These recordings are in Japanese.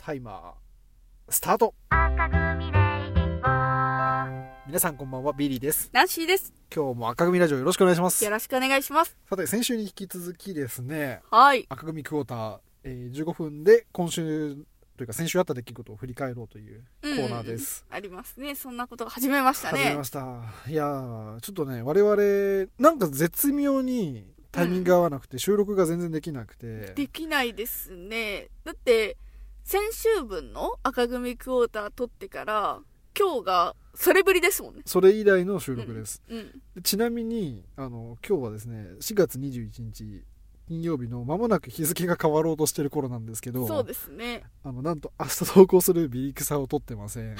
タイマースタート。 赤組レイディオ。 皆さんこんばんは、ビリーです。 ナンシーです。 今日も赤組ラジオよろしくお願いします。 よろしくお願いします。 さて、先週に引き続きですね、 はい。 赤組クォーター、15分で今週というか先週あった出来事を振り返ろうというコーナーです。 ありますね。そんなことが始めましたね。 始めました。いやー、ちょっとね、我々なんか絶妙にタイミングが合わなくて、収録が全然できなくて。 できないですね。だって先週分の赤組クォーター撮ってから今日がそれぶりですもんね。 それ以来の収録です。 でちなみに今日はですね、4月21日金曜日の間もなく日付が変わろうとしてる頃なんですけど、 そうですね。 なんと明日投稿するビリクサを撮ってません。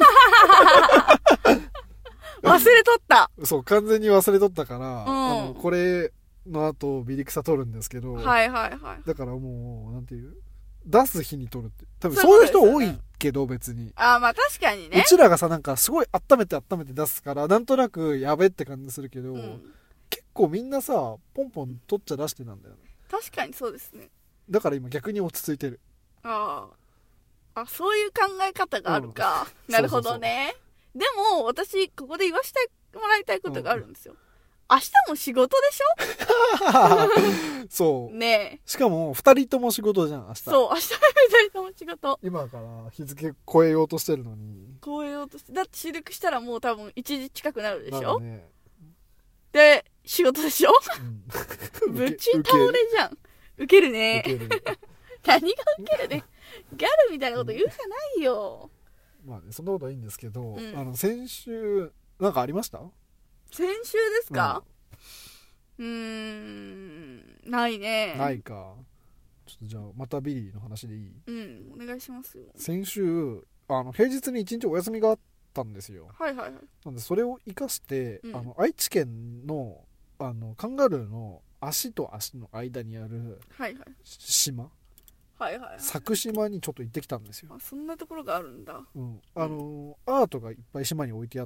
忘れとった。 そう、完全に忘れとったから、 うん、 これの後ビリクサ撮るんですけど、 はいはいはい。 だからもうなんていう出す日に撮るって、多分そういう人多いけど、別にまあ確かにね。 うちらがさ、なんかすごい温めて出すからなんとなくやべって感じするけど、結構みんなさポンポン取っちゃ出してなんだよね。 確かにそうですね。 だから今逆に落ち着いてる。 あ、そういう考え方があるか。なるほどね。でも私ここで言わせてもらいたいことがあるんですよ。明日も仕事でしょそうねえ。 しかも2人とも仕事じゃん、明日。 そう、明日2人とも仕事。 今から日付超えようとしてるのに。 超えようとして、だって収録したらもう多分1時近くなるでしょ、 ね、 で仕事でしょ、ぶち倒れじゃん。ウケるね。何がウケるね。ギャルみたいなこと言うじゃないよ。 まあね、そんなことはいいんですけど、先週なんかありました？ 先週ですか？ないね。 ないか。ちょっとじゃあまたビリーの話でいい？ お願いしますよ。 先週平日に1日お休みがあったんですよ。 はいはいはい。 なんでそれを生かして、愛知県のカンガルーの足と足の間にある島、佐久島にちょっと行ってきたんですよ。 そんなところがあるんだ。 アートがいっぱい島に置いてあって、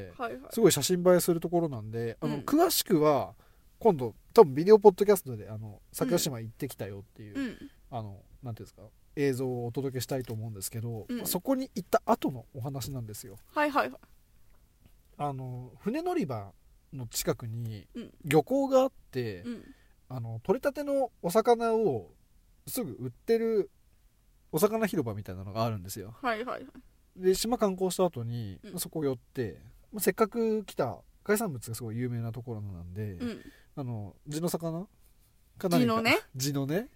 すごい写真映えするところなんで、詳しくは今度多分ビデオポッドキャストで佐久島行ってきたよっていう、なんていうんですか、映像をお届けしたいと思うんですけど、そこに行った後のお話なんですよ。船乗り場の近くに漁港があって、取れたてのお魚をすぐ売ってるお魚広場みたいなのがあるんですよ。で島観光した後に、そこ寄って、せっかく来た海産物がすごい有名なところなんで、地の魚か何か地のね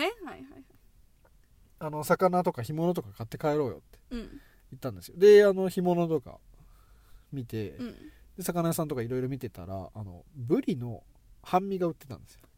魚とか干物とか買って帰ろうよって言ったんですよ。で干物とか見て、で魚屋さんとかいろいろ見てたらブリの半身が売ってたんですよ。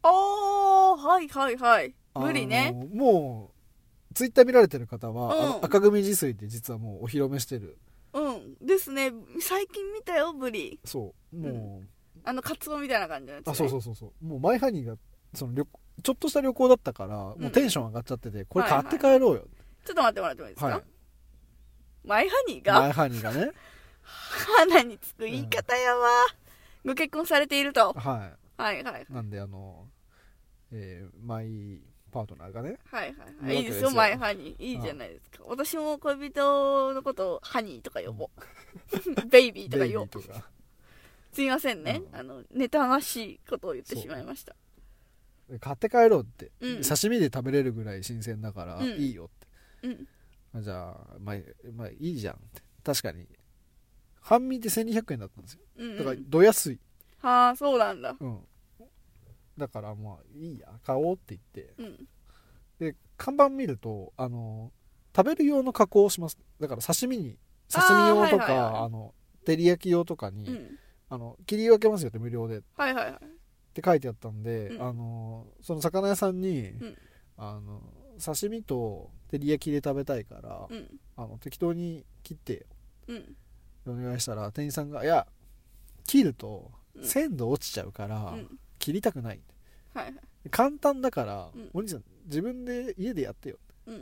ブリね。 もうツイッター見られてる方は、赤組自炊で実はもうお披露目してる。 ですね。最近見たよ、ブリ。 そうもう、 カツオみたいな感じのやつ、ね、 そうもうマイハニーがちょっとした旅行だったから、もうテンション上がっちゃってて、これ買って帰ろうよ、 ちょっと待ってもらってもいいですか、マイハニーがね鼻につく言い方やわ、ご結婚されていると。なんでマイパートナーがね、 いいですよ、マイハニーいいじゃないですか。私も恋人のことをハニーとか呼ぼうベイビーとか言おうすいませんね、妬ましいことを言ってしまいました。 買って帰ろうって、刺身で食べれるぐらい新鮮だからいいよって、じゃあまあいいじゃんって。確かに半身で1200円だったんですよ、だからど安い。 そうなんだ。 だからまあいいや買おうって言って、で看板見ると食べる用の加工をします。だから刺身用とか、照り焼き用とかに、切り分けますよって無料で、って書いてあったんで、その魚屋さんに、刺身と照り焼きで食べたいから、適当に切ってよ、お願いしたら、店員さんがいや切ると鮮度落ちちゃうから、切りたくない、簡単だから、お兄さん自分で家でやってよ、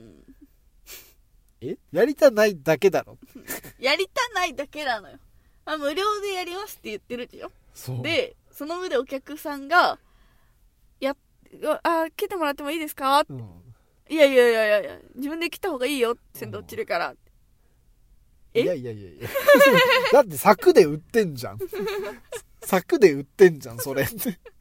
やりたないだけだろやりたないだけなのよ。無料でやりますって言ってるでしょ。でその上でお客さんが切ってもらってもいいですか、 いやいやいやいやいや、自分で切った方がいいよ、鮮度落ちるから。 いやいやいやいやだって柵で売ってんじゃん柵で売ってんじゃんそれで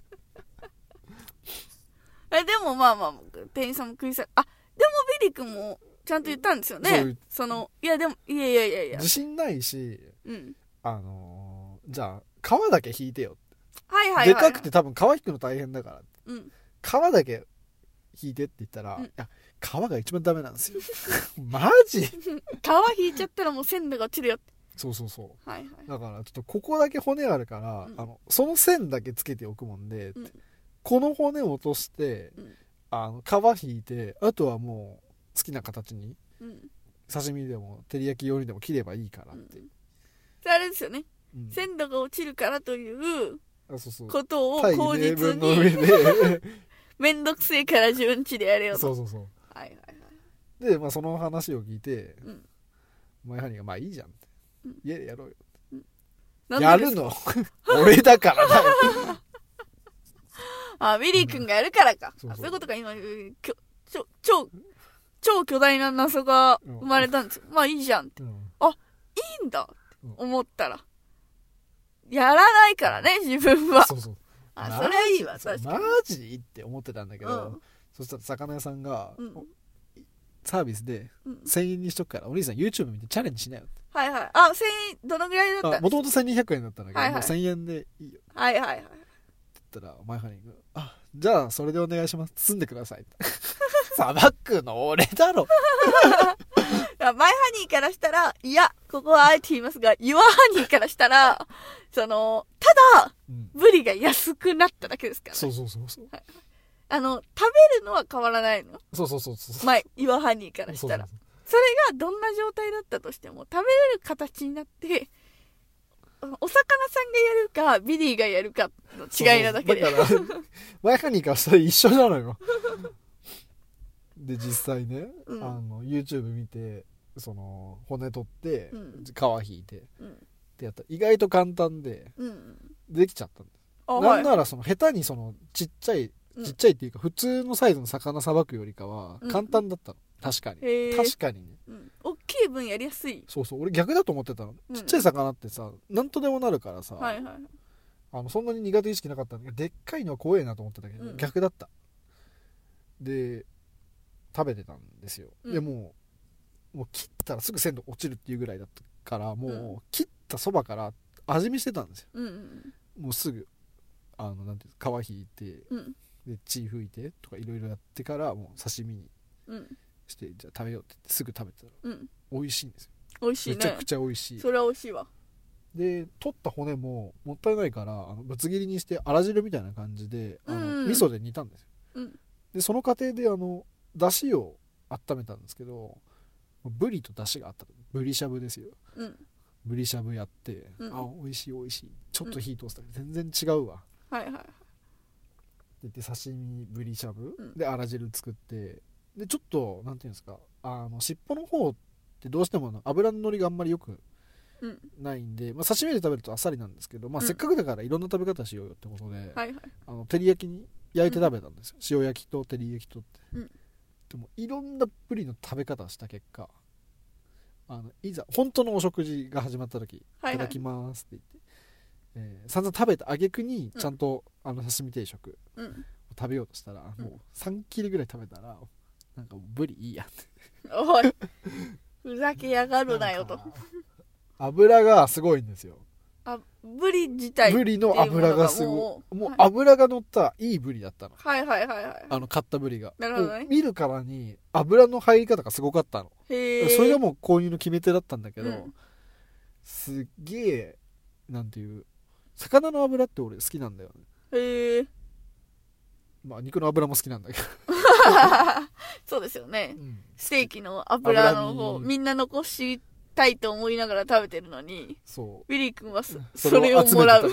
もまあまあ店員さんも食いさ、あ、でもビリ君もちゃんと言ったんですよね。いやでもいやいやいやいや、 自信ないし、 うん、 じゃあ皮だけ引いてよ、 はいはいはい、 でかくて多分皮引くの大変だから、 うん、 皮だけ引いてって言ったら、 うん、 いや皮が一番ダメなんですよマジ皮引いちゃったらもう鮮度が落ちるよ。 そうそうそう、 はいはい、 だからちょっとここだけ骨あるから、 うん、 その線だけつけておくもんで、 うん、 この骨を落として、 うん、 皮引いて、あとはもう好きな形に、うん、刺身でも照り焼き用にでも切ればいいからって、 うん、あれですよね、うん、鮮度が落ちるからということを口実にの上でめんどくせえから自分家でやれよと。 そうそうそう、 はいはいはい。 で、まあ、その話を聞いて、 うん、 前はにがまあいいじゃんって、うん、家でやろうよ、 うん、 やるの俺だからだよあ、ビリー君がやるからか、そういうことか。今超巨大な謎が生まれたんですよ、うん、まあいいじゃんって、うん、あ、いいんだって思ったら、やらないからね自分は。 そうそう、 あ、それはいいわ。確かにマジって思ってたんだけど、うん、そしたら魚屋さんが、 うん、 サービスで1000円にしとくから、お兄さん YouTube 見てチャレンジしなよって。 はいはい。あ、1000円どのぐらいだったんですか？ もともと1200円だったんだけど、はいはい、もう1000円でいいよ。 はいはいはい。って言ったらマイハニーが、あ、じゃあそれでお願いします、包んでくださいさばくの俺だろマイハニーからしたら、いや、ここはあえて言いますが、ユアハニーからしたら、ただ、うん、ブリが安くなっただけですからね。 そうそうそうそう、はい、 食べるのは変わらないの。 そうそうそうそう、 まあ、ユアハニーからしたら。そうそうそう、それがどんな状態だったとしても、食べれる形になって、お魚さんがやるか、ビリーがやるかの違いなだけで。 そうそう、だから、マイハニーからしたら一緒なのよ。で、実際ね、うん、YouTube 見て、骨取って、うん、皮引いて、うん、ってやったら意外と簡単で、うん、できちゃったんです。なんなら下手にちっちゃいっていうか普通のサイズの魚さばくよりかは簡単だったの、確かに確かにね、 うん、大きい分やりやすい。 そうそう、俺逆だと思ってたの、ちっちゃい魚ってさ何とでもなるからさ、 はいはい、 そんなに苦手意識なかったんだけど、でっかいのは怖えなと思ってたけど、うん、逆だった。で食べてたんですよ、うん、でもう切ったらすぐ鮮度落ちるっていうぐらいだったからもう切ったそばから味見してたんですよ、うんうん、もうすぐなんていうんですか、皮引いて、うん、で血拭いてとかいろいろやってからもう刺身にして、うん、じゃあ食べようって言ってすぐ食べたら、うん、美味しいんですよ。 美味しいね、 めちゃくちゃ美味しい。 それは美味しいわ。 で取った骨ももったいないからぶつ切りにしてあら汁みたいな感じで味噌で煮たんですよ、うん、でその過程でだしを温めたんですけど、ブリとだしがあったブリしゃぶですよ、うん、ブリしゃぶやって、うん、あ、美味しい美味しい、ちょっと火通したら全然違うわ、 うん、はいはいで刺身ブリしゃぶ、うん、であら汁作って、でちょっとなんていうんですか、尻尾の方ってどうしても油の乗りがあんまりよくないんで、まあ、刺身で食べるとあっさりなんですけど、まあ、せっかくだからいろんな食べ方しようよってことで、はいはい、照り焼きに焼いて食べたんですよ、塩焼きと照り焼きとって、うん、でもいろんなブリの食べ方をした結果、いざ本当のお食事が始まった時、はいはい、いただきますって言って、散々食べた挙句にちゃんと、刺身定食を食べようとしたら、もう3切れぐらい食べたらなんかもうブリいいやっておいふざけやがるなよと油がすごいんですよ。 ブリ自体ブリの油がすごい、もう油が乗ったいいブリだったの。 はいはいはいはい。 買ったブリが。 なるほどね。 見るからに油の入り方がすごかったの。へえ。それがもう購入の決め手だったんだけど、うん、すっげえなんていう魚の油って俺好きなんだよね。へえ。まあ肉の油も好きなんだけど。 そうですよね。うん、ステーキの油の方みんな残したいと思いながら食べてるのに、そうウィリー君は それをもらう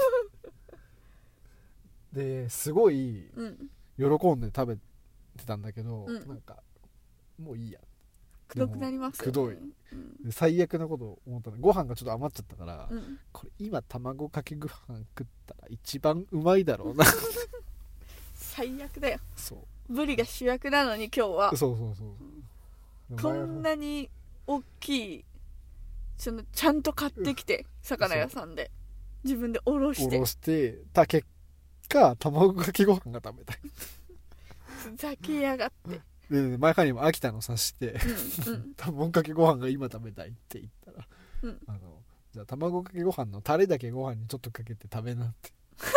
ですごい喜んで食べてたんだけど、うん、なんかもういいや、 くどくなりますよね。 くどい、うん、最悪なこと思ったの、ご飯がちょっと余っちゃったから、うん、これ今卵かけご飯食ったら一番うまいだろうな最悪だよ。 そうブリが主役なのに今日はそうそうそうこんなに大きいちゃんと買ってきて魚屋さんで自分でおろしてた結果卵かけご飯が食べたいふざけやがってで前かにも秋田の察して、 うん、 卵かけご飯が今食べたいって言ったら、 うん、 じゃあ卵かけご飯のタレだけご飯にちょっとかけて食べなって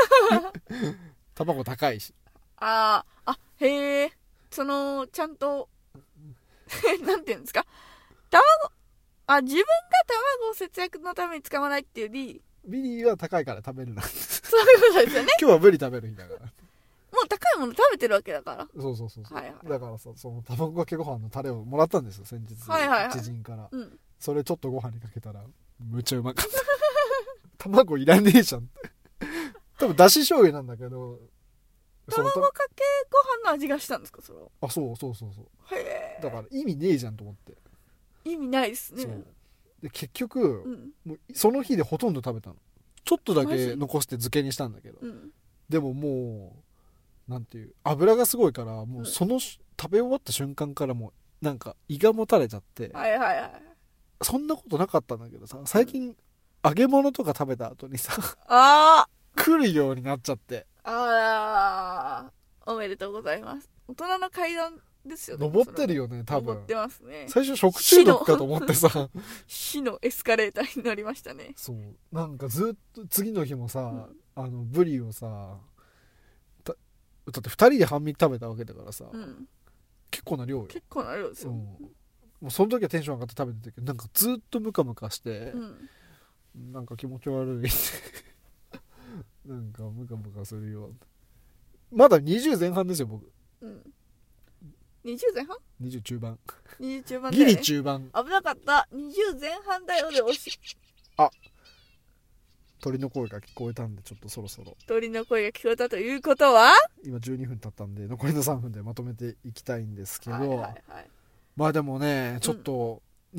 卵高いしへえちゃんとなんていうんですか自分が卵を節約のために使わないっていうよりビリーは高いから食べるなそういうことですよね今日はブリ食べる日だからもう高いもの食べてるわけだからそう、 はいはい、 だからさその卵かけご飯のタレをもらったんですよ先日、知人から、うん、それちょっとご飯にかけたらむちゃうまかった卵いらねえじゃんって多分だし醤油なんだけど卵かけご飯の味がしたんですかそれは。 そうへえだから意味ねえじゃんと思って意味ないですね。 で結局、もうその日でほとんど食べたのちょっとだけ残して漬けにしたんだけど、でももうなんていう油がすごいからもうその、食べ終わった瞬間からもうなんか胃がもたれちゃって、そんなことなかったんだけどさ最近、揚げ物とか食べた後にさ来るようになっちゃっておめでとうございます。大人の階段ですよね。 登ってるよね多分。 登ってますね。 最初食中毒かと思ってさ死のエスカレーターに乗りましたね。 そうなんかずっと次の日もさ、ブリをさだって2人で半身食べたわけだからさ、結構な量よ。 結構な量ですよ、 もうその時はテンション上がって食べてたけどなんかずっとムカムカして、なんか気持ち悪いなんかムカムカするよ。まだ20前半ですよ僕。 20前半 ?20 中盤。 20中盤だよね。ギリ中盤。 危なかった。20前半だよで惜しい。 鳥の声が聞こえたんでちょっとそろそろ。 鳥の声が聞こえたということは今12分経ったんで残りの3分でまとめていきたいんですけど、まあでもねちょっと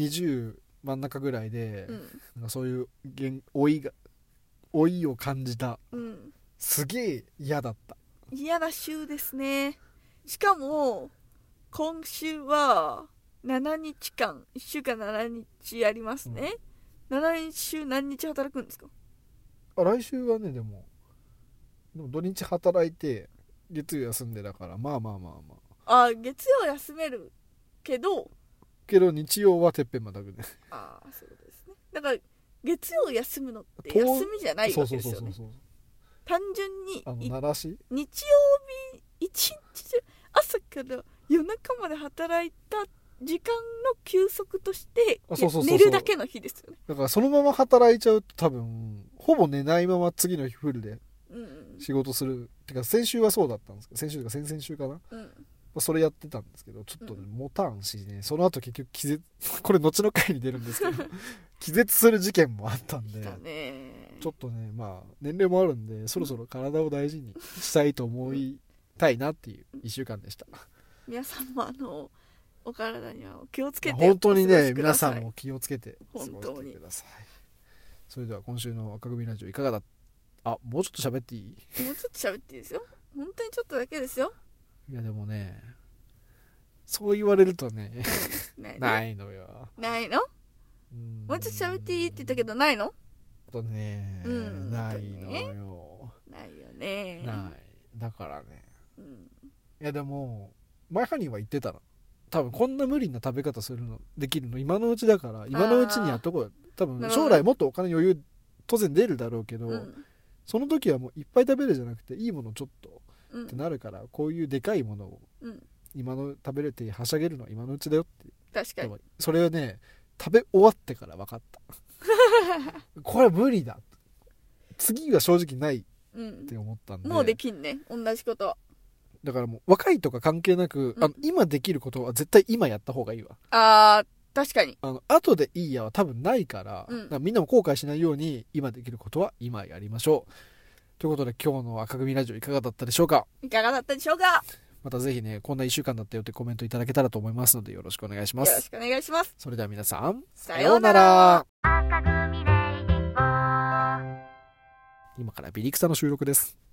20真ん中ぐらいで、なんかそういう老いを感じた、すげえ嫌だった。 嫌な週ですね。しかも今週は7日間1週間7日ありますね、7日週何日働くんですか？ 来週はねでも土日働いて月曜休んでだからまあ月曜休めるけど日曜はてっぺんまたぐねそうですね。だから月曜休むのって休みじゃないわけですよね。単純に日曜日一日中朝から夜中まで働いた時間の休息として寝るだけの日ですよね。 だからそのまま働いちゃうと多分ほぼ寝ないまま次の日フルで仕事する、てか先週はそうだったんですけど先週とか先々週かな、それやってたんですけどちょっと、持たんしねその後結局これ後の回に出るんですけど気絶する事件もあったんでちょっとね年齢もあるんでそろそろ体を大事にしたいと思いたいなっていう1週間でした。 皆さんもお体には気をつけて本当にね皆さんも気をつけて過ごしてください。それでは今週の赤組ラジオいかがだったもうちょっと喋っていい？ もうちょっと喋っていいですよ。本当にちょっとだけですよ。 いやでもねそう言われるとねないのよ。 ないの？もうちょっと喋っていいって言ったけどないの？ないのよ。ないよね。 ないだからね、いやでも前ハニーは言ってたの多分こんな無理な食べ方するのできるの今のうちだから今のうちにやっとこうよ。多分将来もっとお金余裕当然出るだろうけど、その時はもういっぱい食べるじゃなくていいものちょっとってなるから、こういうでかいものを今の食べれてはしゃげるのは今のうちだよって。 確かにそれをね食べ終わってから分かったこれ無理だ次は正直ないって思ったんで、 もうできんね同じことは。 だからもう若いとか関係なく、今できることは絶対今やった方がいいわ。 確かに後でいいやは多分ないから、みんなも後悔しないように今できることは今やりましょうということで今日の赤組ラジオいかがだったでしょうか？またぜひねこんな1週間だったよってコメントいただけたらと思いますのでよろしくお願いします。 よろしくお願いします。 それでは皆さんさようなら。 今からビリクサの収録です。